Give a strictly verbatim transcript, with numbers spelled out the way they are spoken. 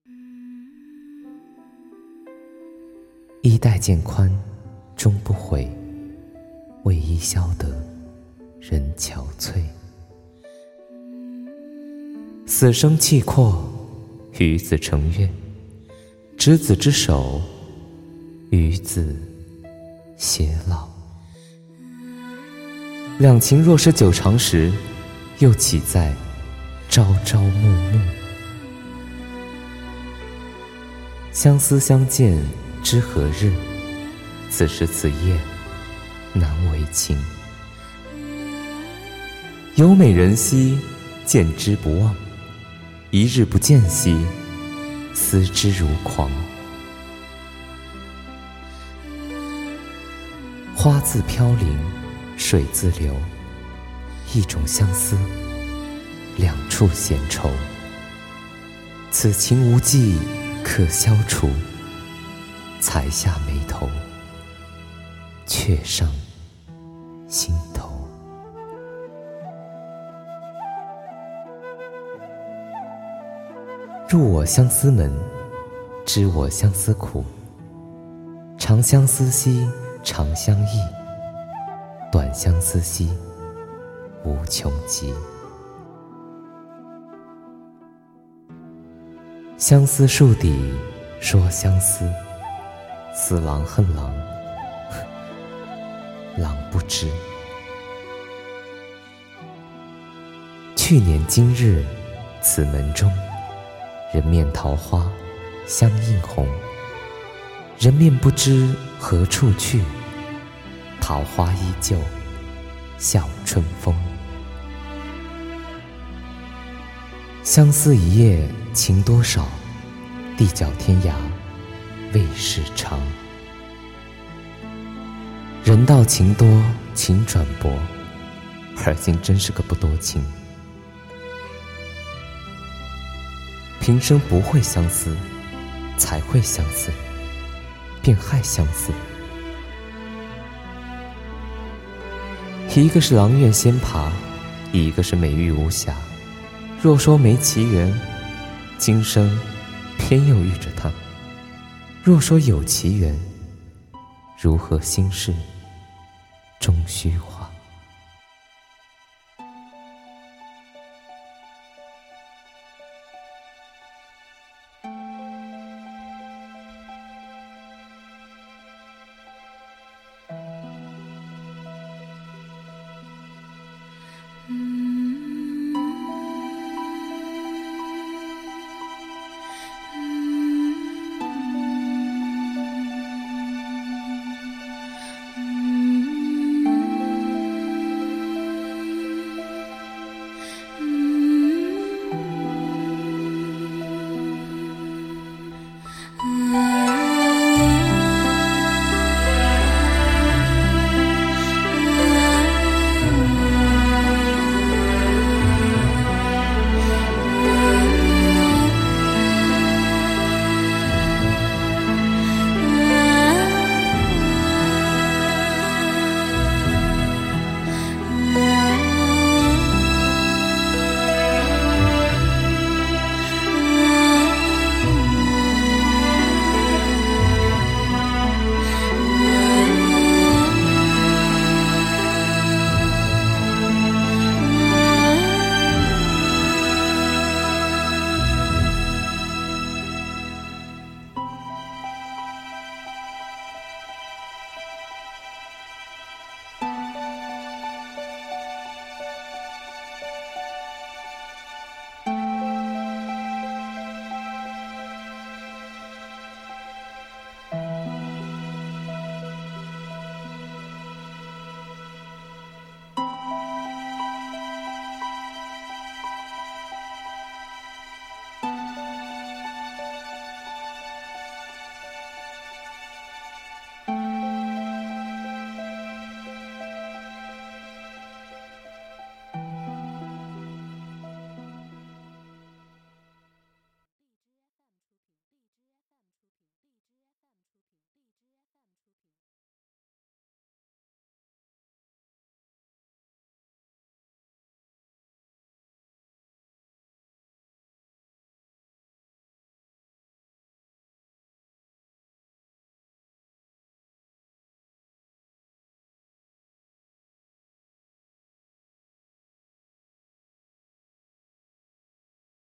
衣带渐宽终不悔，为伊消得人憔悴。死生契阔，与子成悦，执子之手，与子偕老。两情若是久长时，又岂在朝朝暮暮。相思相见知何日？此时此夜难为情。有美人兮见之不忘，一日不见兮思之如狂。花自飘零，水自流，一种相思，两处闲愁。此情无计可消除，才下眉头，却上心头。入我相思门，知我相思苦。长相思兮长相忆，短相思兮无穷极。相思树底说相思，思郎恨郎，郎不知。去年今日此门中，人面桃花相映红。人面不知何处去，桃花依旧笑春风。相思一夜情多少，地角天涯未是长。人道情多情转薄，而今真是个不多情。平生不会相思，才会相思，便害相思。一个是阆苑仙爬，一个是美玉无瑕。若说没奇缘，今生偏又遇着他；若说有奇缘，如何心事终虚化。